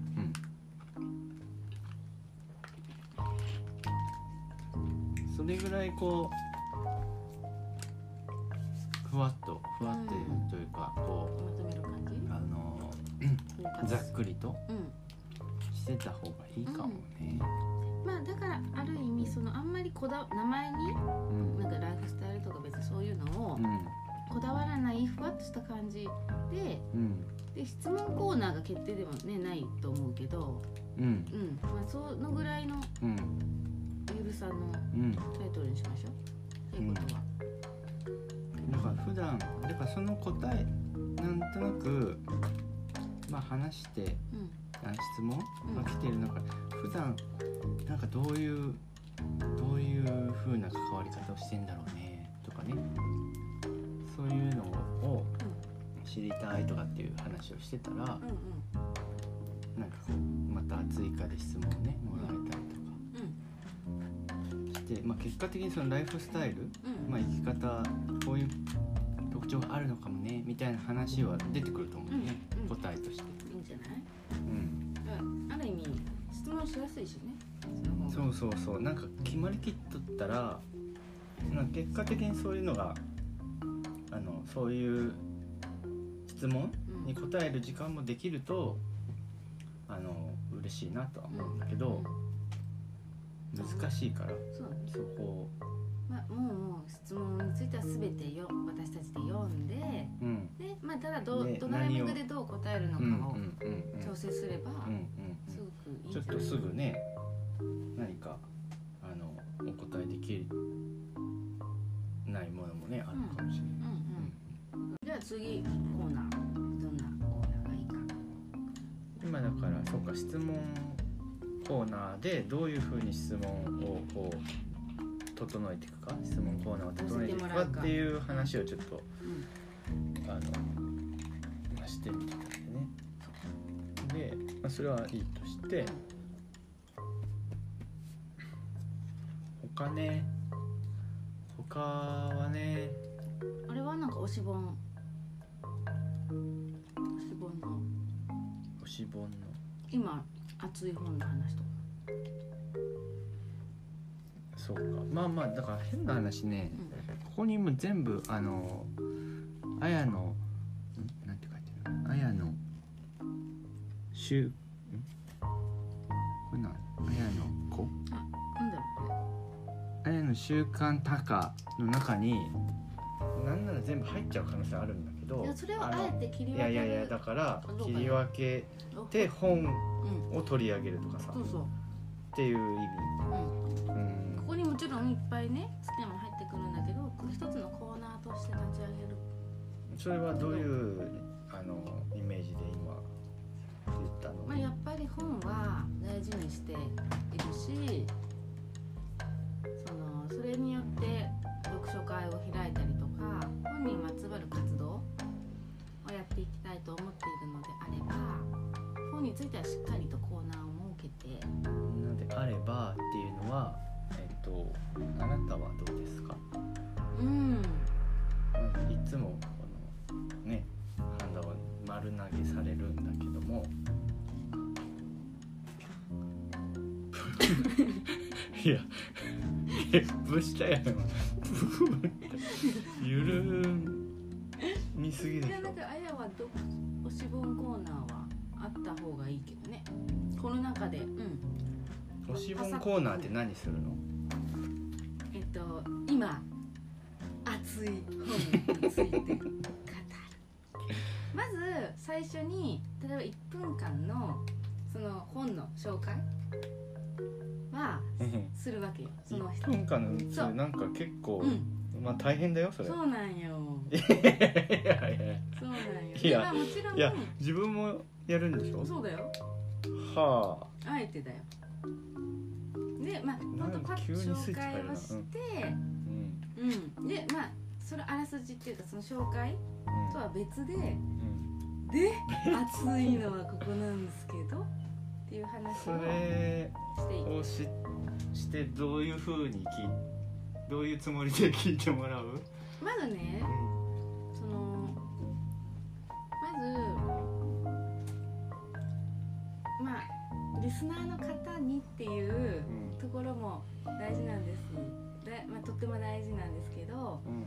それぐらいこうふわっとふわってというかこまとめる感じうあの包括ざっくりとうんしてた方がいいかもねまあだからある意味そのあんまりこだ名前にうんなんかライフスタイルとか別にそういうのをうんこだわらないふわっとした感じでうんで質問コーナーが決定でもねないと思うけど、 うんうんまあ、そのぐらいのうんゆるさのうんタイトルにしましょう。ということは、 だから普段だからその答えなんとなくまあ話してうんあ質問が来てる中普段なんかどういうどういう風な関わり方をしてんだろうねとかねそういうのを知りたいとかっていう話をしてたらうんうんなんかこうまた追加で質問をねもらえたりとかして、まあ、結果的にそのライフスタイル、 うんまあ、生き方こういう特徴があるのかもねみたいな話は出てくると思うね、 うんうん答えとして。 いいんじゃない？ うんだからある意味質問しやすいしね。その方がそうそうそうなんか決まりきっとったらなんか結果的にそういうのがあのそういう質問に答える時間もできるとあの嬉しいなとは思うんだけど、難しいからそうだね。 そこをまあ、もうもう質問については全てよ私たちで読んでうんで、まあ、ただど,、 ねどのタイミングでどう答えるのかうんうんをうん調整すればうんうんすごくいいんちょっじゃないとすぐね何かあのお答えできないものもねあるかもしれない。 うんうん、じゃあ次コーナーどんなコーナーがいいか。 今だからそうか質問コーナーでどういうふうに質問をこう整えていくか質問コーナーを整えていくかっていう話をちょっとうんあの、まあ、してみてたんでねで、まあ、それはいいとして他ね他はねあれはなんか推し本推し本の推し本の今熱い本の話とか。 そうかまあまあだから変な話ね、ここにも全部あのあやのんなんて書いてるあやのしゅんこれなんあやの子なんだろあやの週刊タカの中になんなら全部入っちゃう可能性あるんだけどうね。いやそれをあのえて切り分いける。 やいやいやだからどうかな切り分けて本うんを取り上げるとかさそうそう。 っていう意味うんうんここにもちろんいっぱいね好きなもの入ってくるんだけど一つのコーナーとして立ち上げる。 それはどういうあのイメージで今言ったの、 まあ、やっぱり本は大事にしているしそのそれによって読書会を開いたりとか本にまつわる活動をやっていきたいと思っているのであれば本についてはしっかりとコーナーを設けてのであればっていうのはえっとあなたはどうですか？ うんなんかいつもこのねハンダを丸投げされるんだけどもいやゲップしたやんゆるーん見すぎでしょ。 いやなんかあやはど推し本コーナーはあった方がいいけどね。この中で、うん。 推し本コーナーって何するの？ えっと今熱い本について語る。まず最初に例えばいっぷんかんのその本の紹介はするわけよ。そのいっぷんかんのうちなんか結構、うん、まあ大変だよそれ。 そうなんよ。 いやいやそうなんよ。 いや、 まあ、もちろんいや自分もやるんでしょ。 そうだよ。 はあ。あえてだよ。でまあ本当パッと紹介をして、うん、うん、でまあそれあらすじっていうかその紹介とは別で、うん、で熱いのはここなんですけどっていう話をそれを し, してどういう風に聞いどういうつもりで聞いてもらう？ まずね、うん、そのまずまあリスナーの方にっていうところも大事なんです。で、まあ、とっても大事なんですけど、うん、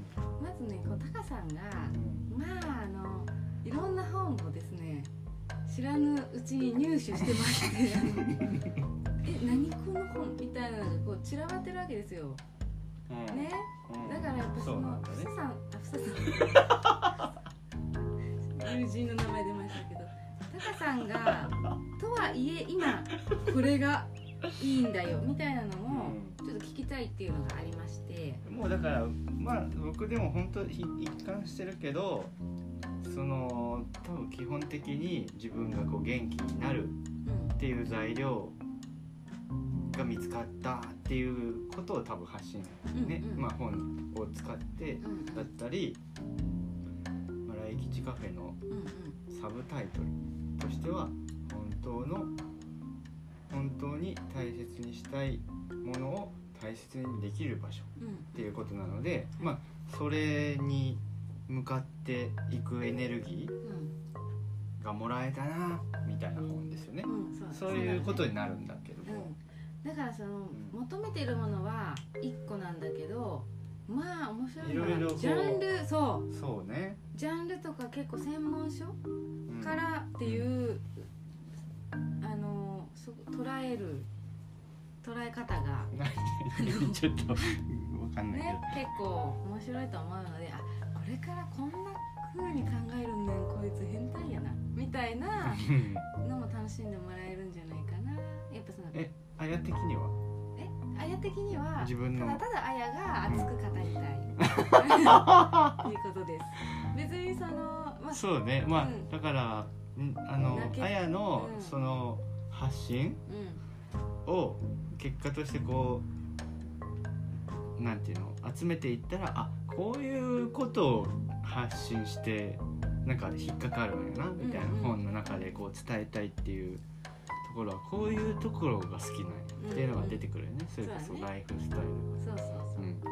まずねこうタカさんが、うん、まああのいろんな本をですね知らぬうちに入手してましてえ何この本みたいなのがこう散らばってるわけですよ、うん、ね、うん、だからやっぱそのふささん、あふささん友人の名前出ましたけどタカさんがとはいえ今これがいいんだよみたいなのもちょっと聞きたいっていうのがありまして、 もうだからまあ僕でも本当一貫してるけどその多分基本的に自分がこう元気になるっていう材料が見つかったっていうことを多分発信ね、うんうん、まあ本を使ってだったり、まあ、来吉カフェのサブタイトルとしては本当の本当に大切にしたいものを大切にできる場所っていうことなので、うん、まあそれに向かっていくエネルギーがもらえたなみたいな本ですよね、うん、そう、そういうことになるんだけども、 うん、だからその、うん、求めてるものはいっこなんだけどまあ面白いのはいろいろジャンルそうそうねジャンルとか結構専門書からっていう、うん、あのそ捉える捉え方がちょっとわかんないけど、 ね、結構面白いと思うのであこれからこんな風に考えるんねんこいつ変態やなみたいなのも楽しんでもらえるんじゃないかな。やっぱそのえあや的にはえあや的には自分のただただあやが熱く語りたい、うん、っていうことです。別にその、まあ、 そうねまあ、うん、だからあのあやの、うん、その発信を結果としてこうなんていうの集めていったらあこういうことを発信してなんか引っかかるんやなみたいな、うんうん、本の中でこう伝えたいっていうところはこういうところが好きなんやっていうのが出てくるよね、うんうん、それこそライフスタイルそうそうそう、うん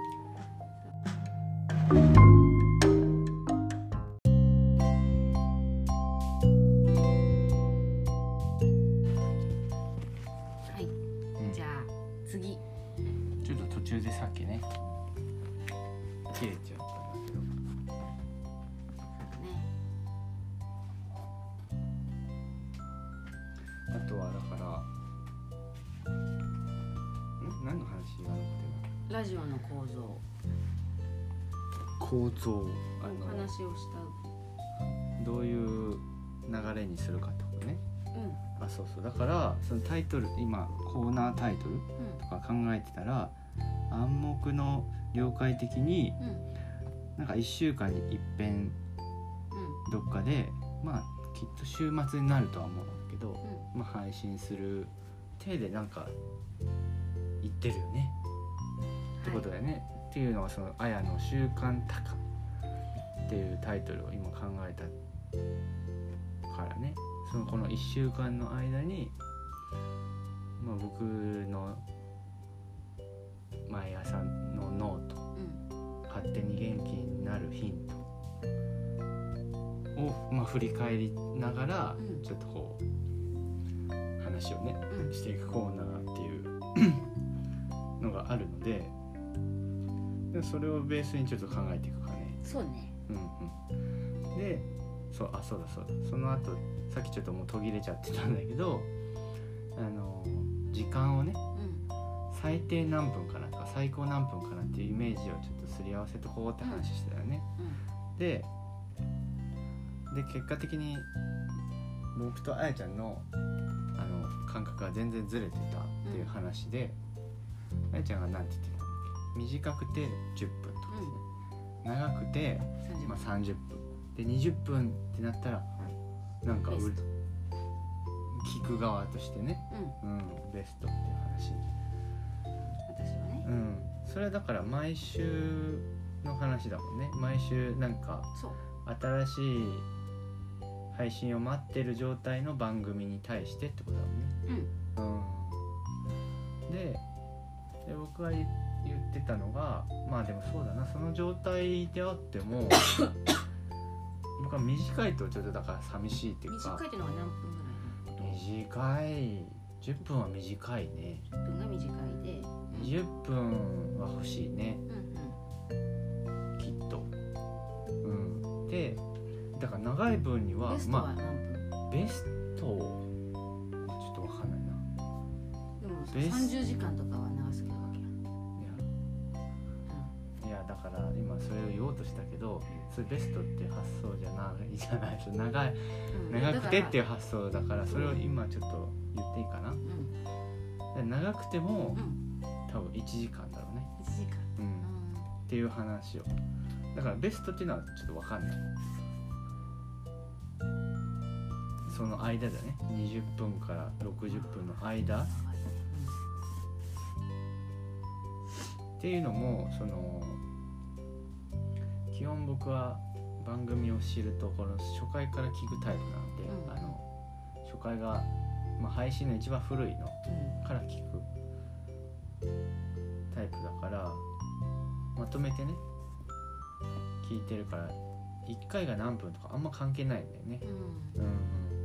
さっきね切れちゃったんだけどねあとはだからん何の話があるってラジオの構造構造あの話をしたどういう流れにするかってことね、うん、あそうそうだからそのタイトル今コーナータイトルとか考えてたら、うん、暗黙の了解的に、うん、なんかいっしゅうかんに一遍どっかで、うん、まあきっと週末になるとは思うんだけど、うんまあ、配信する手でなんか言ってるよね、はい、ってことだよねっていうのはそのあやの週刊タカっていうタイトルを今考えたからねそのこのいっしゅうかんの間に、まあ、僕の毎朝のノート、うん、勝手に元気になるヒントを、まあ、振り返りながら、うん、ちょっとこう話をね、うん、していくコーナーっていうのがあるので、でそれをベースにちょっと考えていくかね。 そうね。 うんうん。 でそうあそうだそうだその後さっきちょっともう途切れちゃってたんだけど、あの時間をね、 うん、 最低何分かなとか最高何分かなっていうイメージをちょっとすり合わせとこうって話してたよね、 うん、 でで結果的に僕とあやちゃんのあの感覚が全然ずれてたっていう話で、あやちゃんが何て言ってたんだっけ、短くてじゅっぷんとかですね、うん、長くてまあさんじゅっぷんでにじゅっぷんってなったらなんかう聞く側としてね、うんうん、ベストっていう話。 私はね、 うん、それはだから毎週の話だもんね。毎週なんか新しい配信を待ってる状態の番組に対してってことだもんね、うんうん、で, で僕が言ってたのが、まあでもそうだな、その状態であっても僕は短いとちょっとだから寂しいっていうか、 短いっていうのは何分ぐらいの？ 短いじゅっぷんは短いね。 じゅっぷんが短いでじゅっぷんは欲しいね、 うんうん、 きっと、うん、でだから長い分にはベストは何分、 まあ、ベストちょっとわかんないな。 でもさんじゅうじかんとかは長すぎるわけや。 いや、うん、いやだから今それを言おうとしたけど、それベストっていう発想じゃないじゃないです。長い、うん、長くてっていう発想だからそれを今ちょっと言っていいかな、うん、長くても、うん、多分いちじかんだろうね。 いちじかん、 うん、っていう話を。だからベストっていうのはちょっと分かんない。その間だね、にじゅっぷんからろくじゅっぷんの間っていうのも、その基本僕は番組を知るとこの初回から聞くタイプなので、うん、あの初回が、まあ、配信の一番古いのから聞くタイプだから、まとめてね聞いてるからいっかいが何分とかあんま関係ないんだよね、うんうん、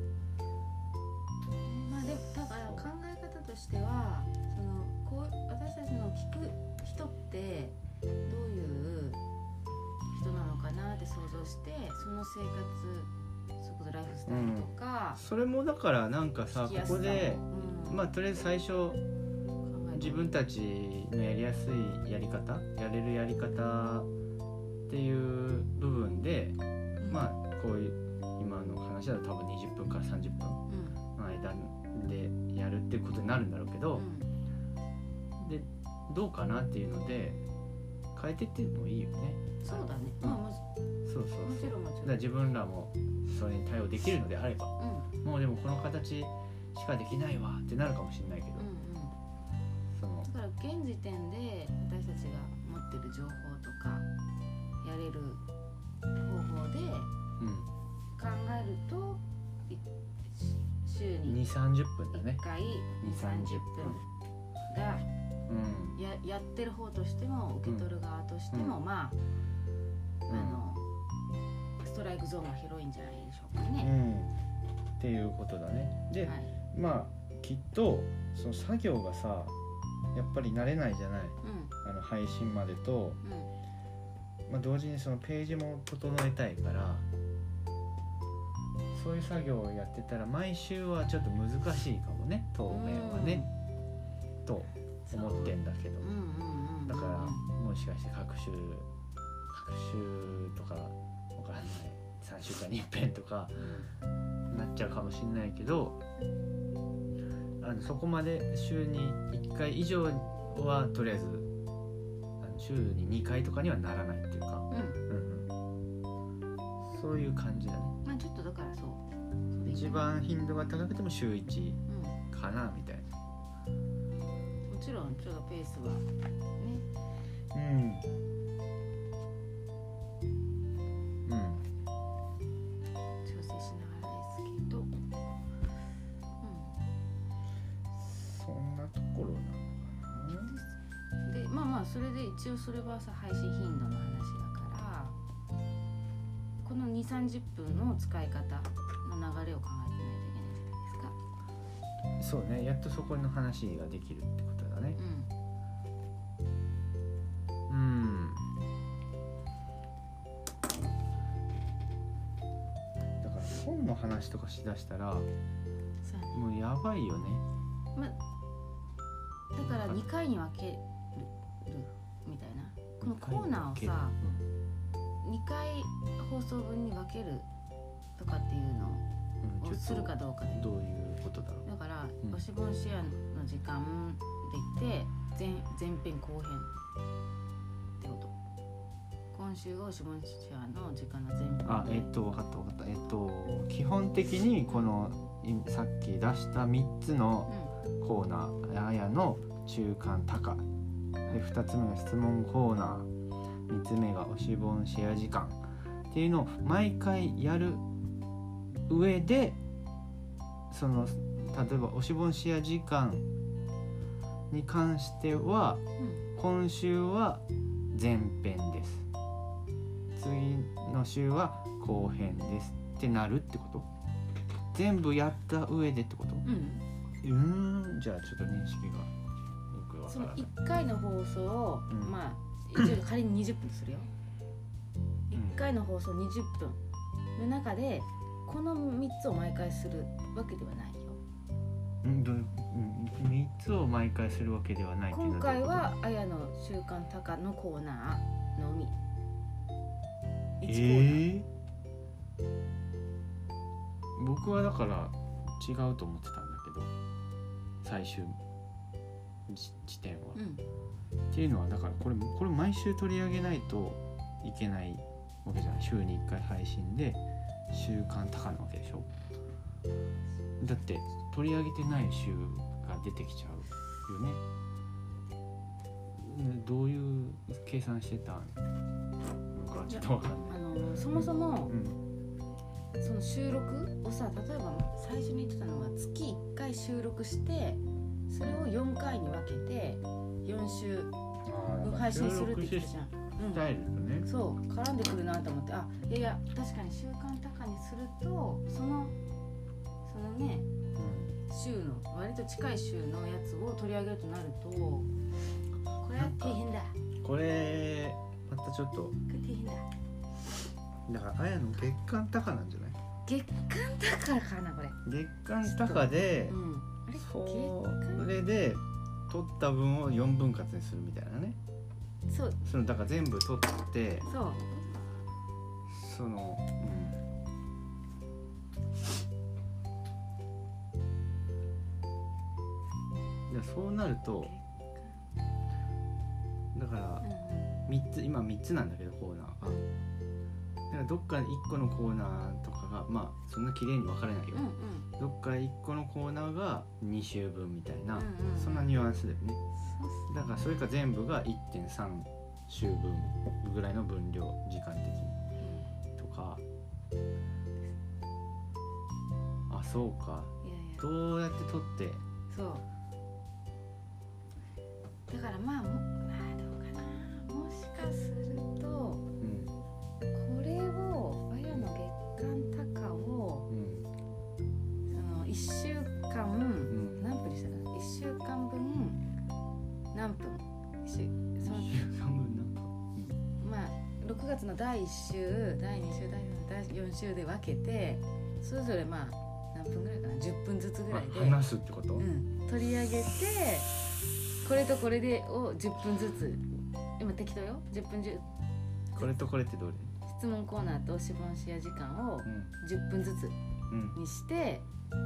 まあでもだから考え方としては、そのこう私たちの聞く人ってどういう人なのかなって想像して、その生活そこでライフスタイルとか、 うん、それもだからなんかさ、ここで、うん、まあとりあえず最初自分たちのやりやすいやり方、やれるやり方っていう部分で、うん、まあこういう今の話だと多分にじゅっぷんからさんじゅっぷんの間でやるっていうことになるんだろうけど、うん、でどうかなっていうので変えてってもいいよね。 そうだね、 うん、 まあもそうそうそう、 もちろんもちろん、 だから自分らもそれに対応できるのであれば、うん、もうでもこの形しかできないわってなるかもしれないけど、うんうん、そのだから現時点で私たちが持ってる情報とかやれる方法で考えると、うん、週ににじゅう、さんじゅっぷんだね。 いっかいにじゅう、さんじゅっぷんが、うん、や, やってる方としても受け取る側としても、うん、まあ、うん、あのストライクゾーンが広いんじゃないでしょうかね、 うん、っていうことだね。で、はい、まあきっとその作業がさやっぱり慣れないじゃない、うん、あの配信までと、うん、まあ、同時にそのページも整えたいから、そういう作業をやってたら毎週はちょっと難しいかもね、当面はね、うん、と思ってんだけど、うんうんうん、だからもしかして各週各週とかわからない、さんしゅうかんに一遍とかなっちゃうかもしれないけど、あのそこまで週にいっかい以上はとりあえずあの週ににかいとかにはならないっていうか、うんうんうん、そういう感じだね。 まあちょっとだからそう一番頻度が高くても週いちかな、うん、みたいな。 もちろんちょっとペースはね、 うんうん、 調整しながらですけど、うん、 そんなところなのかな。で、まあまあそれで一応それはさ配信頻度の話だから、このにじゅう、さんじゅっぷんの使い方の流れを考えてないといけないじゃないですか。 そうね、やっとそこの話ができるってことだね。うん、うん、 本の話とかしだしたらそうやね、 もうやばいよね。 ま、だからにかいに分けるみたいな、このコーナーをさ、うん、にかい放送分に分けるとかっていうのをするかどうかで、 どういうことだろう。 だから、 うん、 推し本シェアの時間でいって前, 前編後編ってこと。今週が推し本シェアの時間の前編で、 あ、えっと分かった分かった。えっと基本的にこのさっき出したみっつのコーナー、あやの中間タカで、ふたつめが質問コーナー、みっつめが推し本シェア時間っていうのを毎回やる上で、その例えば推し本シェア時間に関しては、うん、今週は前編です、次の週は後編ですってなるってこと？全部やった上でってこと？うん、うーん、じゃあちょっと認識がよくわからない。 そのいっかいの放送を、うん、まあ一応仮ににじゅっぷんとするよ。いっかいの放送にじゅっぷんの中でこのみっつを毎回するわけではないよ。 うんどうん、みっつを毎回するわけではないっていうのは。 今回はあやの週刊タカのコーナーのみ。 えー、僕はだから違うと思ってたんだけど、最終時点は、うん、っていうのはだからこれこれ毎週取り上げないといけないわけじゃない。週にいっかい配信で週刊タカなわけでしょ。だって取り上げてない週が出てきちゃうよね。どういう計算してたのかちょっと分かんない。 あのそもそも、うん、その収録をさ、例えば最初に言ってたのが月いっかい収録してそれをよんかいに分けてよん週配信するって言ってたじゃん。 うんね、 そう絡んでくるなと思って、あ、いやいや確かに週刊タカにするとそのそのね、うん、週の割と近い週のやつを取り上げるとなるとこれは大変だ。 これまたちょっとこれ大変だ。 だからあやの月刊タカなんじゃない？ 月刊タカかなこれ。 月刊タカで、うん、あれそれで取った分をよんぶん割にするみたいなね。 そう。 そのだから全部取ってそうその、うん、でそうなるとだからみっつ今みっつなんだけどコーナーが、だからどっかいっこのコーナーとかがまあそんな綺麗に分かれないよ、うんうん、どっかいっこのコーナーがに週分みたいな、うんうん、そんなニュアンスだよね。だからそれか全部が いってんさん 週分ぐらいの分量時間的に、うん、とか。あ、そうか。いやいやどうやって取ってそうだからまあももしかすると、うん、これをあやの月刊タカを、うん、そのいっしゅうかん、うん、何分にしたかな、いっしゅうかんぶん何分いっしゅうかんぶん何分、まあろくがつのだいいっ週だいに週だいさん週だいよん週で分けてそれぞれまあ何分ぐらいかなじゅっぷんずつぐらいで話すってこと、うん、 取り上げてこれとこれでをじゅっぷんずつ今適当よじゅっぷんじゅうこれとこれってどれ？ 質問コーナーと資本シェア時間をじゅっぷんずつにして、 うん、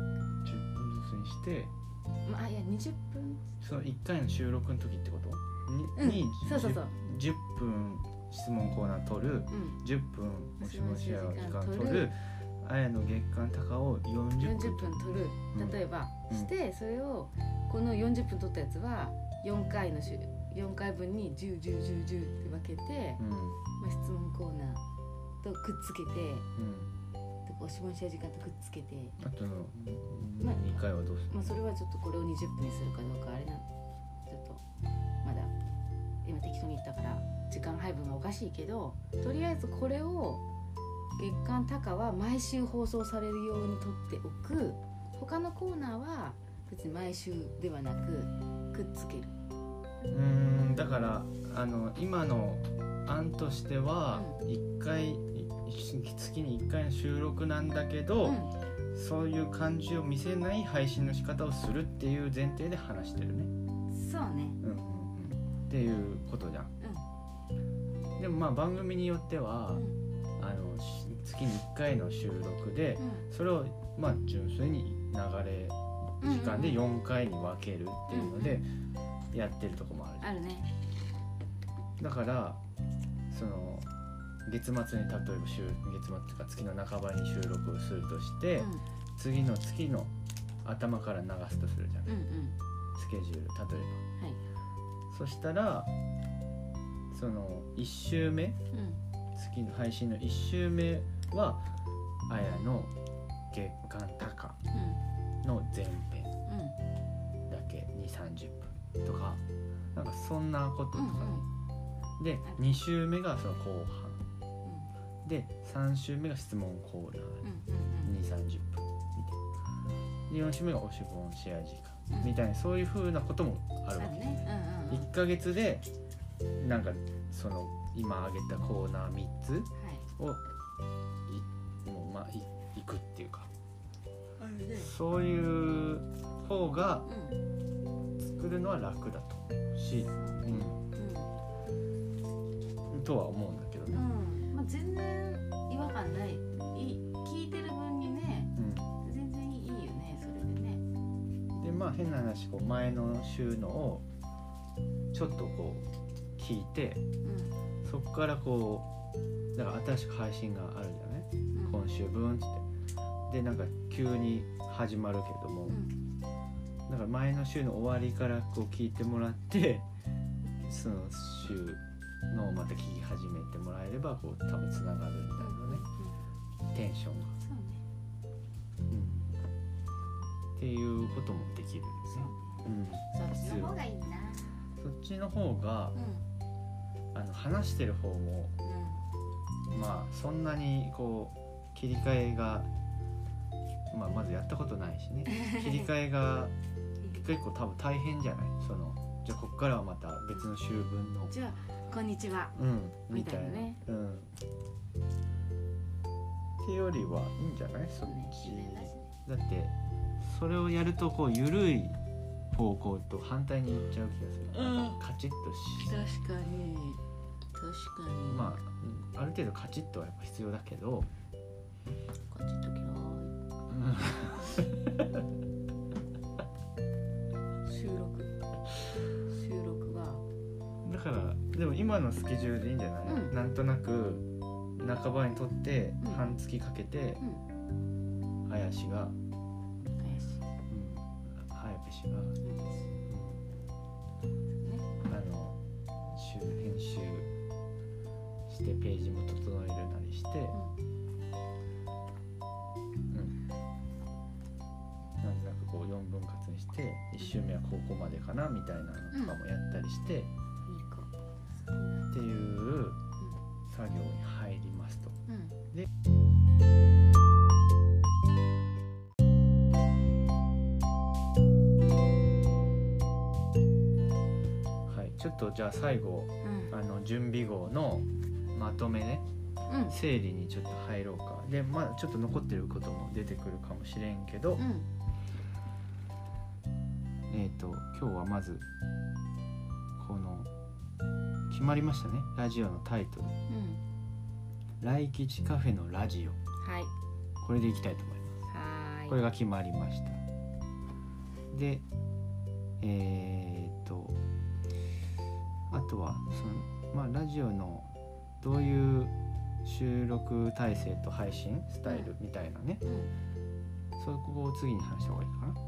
じゅっぷんずつにしてまあいやにじゅっぷんそのいっかいの収録の時ってことに、 うん、にそうそうそうじゅっぷん質問コーナー取る、うん、じゅっぷん資本シェア時間取るあやの月間タカをよんじゅっぷん取る例えば、うん、してそれをこのよんじゅっぷん取ったやつはよんかいの週よんかいぶんにじゅう、じゅう、じゅう、じゅうって分けて、うんまあ、質問コーナーとくっつけて、うん、資本シェア時間とくっつけてあとの、まあ、にかいはどうする、 まあ、それはちょっとこれをにじゅっぷんにするかどうかあれなちょっとまだ今適当に言ったから時間配分がおかしいけどとりあえずこれを月刊タカは毎週放送されるように取っておく。他のコーナーは別に毎週ではなくくっつける。 うーんだからあの今の案としては、うん、いっかい月にいっかいの収録なんだけど、 うんそういう感じを見せない配信の仕方をするっていう前提で話してるね。 そうね。 うんうんうん、っていうことじゃん。 うんでもまあ番組によっては、 うんあの月にいっかいの収録で、 うんそれをまあ純粋に流れ時間でよんかいに分けるっていうのでやってるとこもあるじゃん。 あるね。 だからその月末に例えば週月末とか月の半ばに収録をするとして、 うん次の月の頭から流すとするじゃん、 うんうんスケジュール例えば。 はい。 そしたらそのいっ週目、 うん月の配信のいっ週目はあやの月刊タカうんの前編うんだけにじゅうさんじゅっぷんとかなんかそんなこととかね、 うんでに週目がその後半うんでさん週目が質問コーナーうんうんにじゅうさんじゅっぷんみたいなでよん週目がおしぼんシェア時間うんみたいなそういう風なこともあるわけ、 あるね。うんうんうんいっかげつでなんかその今挙げたコーナーみっつはい。 をいもうまあいいくっていうかあるね。 そういう方がうん作るのは楽だと思うし、うん、とは思うんだけどうね、 ん。まあ全然違和感ない。い聞いてる分にね、 うん、 全然いいよね。それでね。 でまあ変な話こう前の週のをちょっとこう聞いてうんそこからこうだから新しく配信があるじゃない、 うん今週分っつってでなんか急に始まるけども、 うんだから前の週の終わりからこう聞いてもらってその週のをまた聞き始めてもらえればこう多分つながるんだろうね、テンションが、 そうね。 うん、っていうこともできるんですね、うん、 そっちの方がいいな。 そっちの方がうんあの話してる方もうんまあそんなにこう切り替えが、まあ、まずやったことないしね切り替えが結構多分大変じゃないそのじゃあここからはまた別の週分のじゃあこんにちは。 うんみたいなみたいなねうんってよりはいいんじゃないそっちだってそれをやるとこう緩い方向と反対にいっちゃう気がする、 うんなんかカチッとし確かに確かに。 まあある程度カチッとはやっぱ必要だけど、 カチッと嫌い。収録収録はだからでも今のスケジュールでいいんじゃない、 うんなんとなく半ばにとってうん半月かけてうん綾氏が、 怪しいうん、早部氏が、 ねうん、あの週編集してページも整えるなりして、うん、なんとなくこうよんぶん割にしていち週目はここまでかなみたいなのとかもやったりして、 いい子っていう作業に入りますと。 うんはい、ちょっとじゃあ最後うんあの準備号のまとめねうん整理にちょっと入ろうか。でまあちょっと残ってることも出てくるかもしれんけど、 うんえっ、と今日はまずこの決まりましたねラジオのタイトルうん来吉カフェのラジオ、 はいこれでいきたいと思います。 はーいこれが決まりました。でえっ、とあとはその、まあ、ラジオのどういう収録体制と配信スタイルみたいなね、 うんそこを次に話した方がいいかな。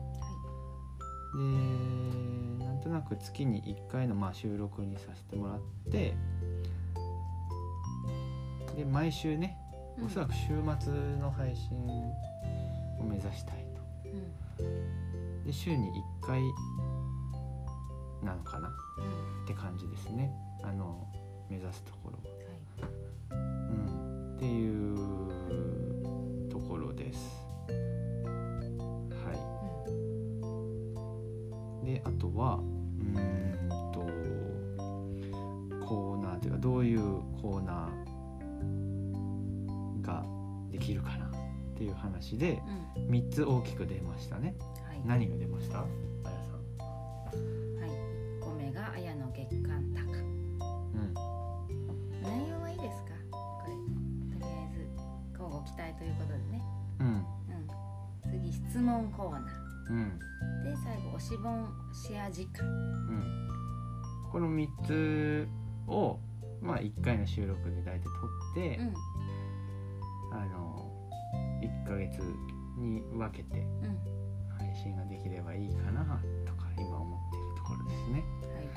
でなんとなく月にいっかいのまあ収録にさせてもらってで毎週ねうんおそらく週末の配信を目指したいと。 うんで週にいっかいなのかなっうんて感じですね、あの目指すところ、 はいうん、っていうところです。はいであとはうーんとコーナーというかどういうコーナーっていう話でうんみっつ大きく出ましたね。 はい、 何が出ました？あやさん。 はい、いっこめがあやの月間高。 うん。 内容はいいですか？これとりあえず交互期待ということでね。 うん。 うん。次質問コーナー。 うん。 で最後推し本シェア時間。 うん。このみっつをまあいっかいの収録で大体撮って、 うんあのいっかげつに分けてうん配信ができればいいかなとか今思っているところですね。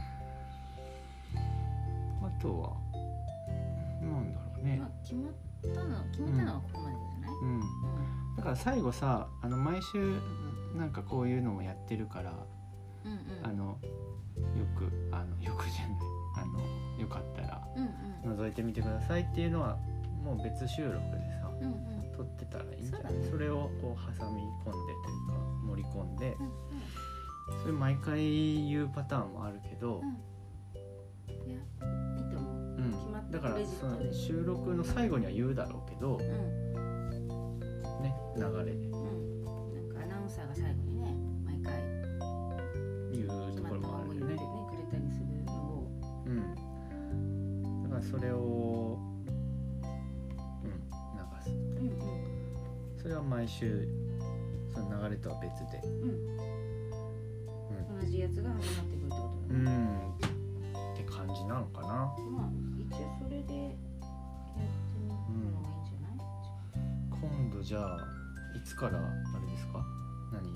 はい。 あとはなんだろうね。 まあ、決まったの決めたのはここまでじゃない？ うん。 うんだから最後さ、あの毎週なんかこういうのもやってるから、 うんうんあのよくあのよくじゃないあのよかったらうんうん覗いてみてくださいっていうのはもう別収録でさ、 うんうん撮ってたらいいんじゃない？ そ,、 そうだねそれをこう挟み込んでというか盛り込んで、 うんそれ毎回言うパターンもあるけど、 うんいやいいと思う。 うん決まっただからクレジッそのトで収録の最後には言うだろうけど、 うんね、流れでうんなんかアナウンサーが最後にね毎回言う決まったところもあるよね番号言ってね。くれたりするのをうん、だからそれを、うん、流す。 うんうんそれは毎週その流れとは別で、 うん同じやつが始まってくるってことだね。 うん、って感じなのかな。 まあ一応それでやってみるのがいいんじゃない？ 今度じゃあいつからあれですか？何？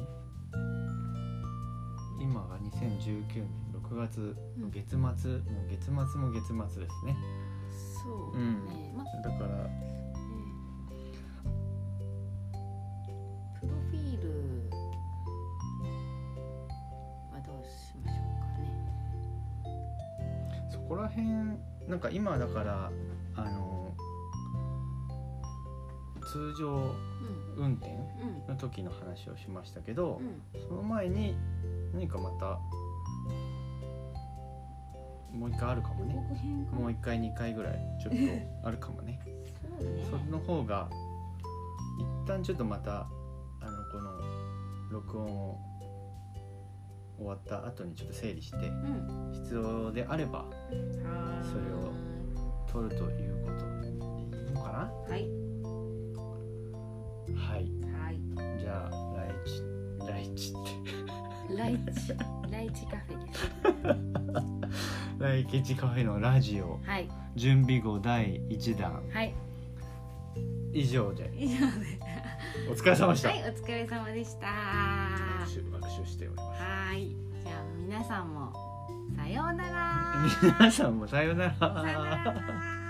今がにせんじゅうきゅうねんろくがつの月末、もう月末も月末ですね。 そうだね。まあだからねプロフィールはどうしましょうかね。 そこら辺なんか今だからあの通常うん運転うんの時の話をしましたけど、 うんその前に何かまたもう一回あるかも予ね。 告編かな。 もう一回二回ぐらいちょっとあるかもね。 そうね。 その方が一旦ちょっとまたあのこの録音を終わった後にちょっと整理して、 うん必要であればはそれを撮るということでいいのかな。 ーいはいはい。 はいじゃあ来日来日ってライチライチカフェです。 来日カフェのラジオはい準備後だいいちだんはい以上で以上でお疲れ様でした。 はいお疲れ様でした。 握手握手しております。 はいじゃあ皆さんもさようなら。 皆さんもさようなら。 さようなら。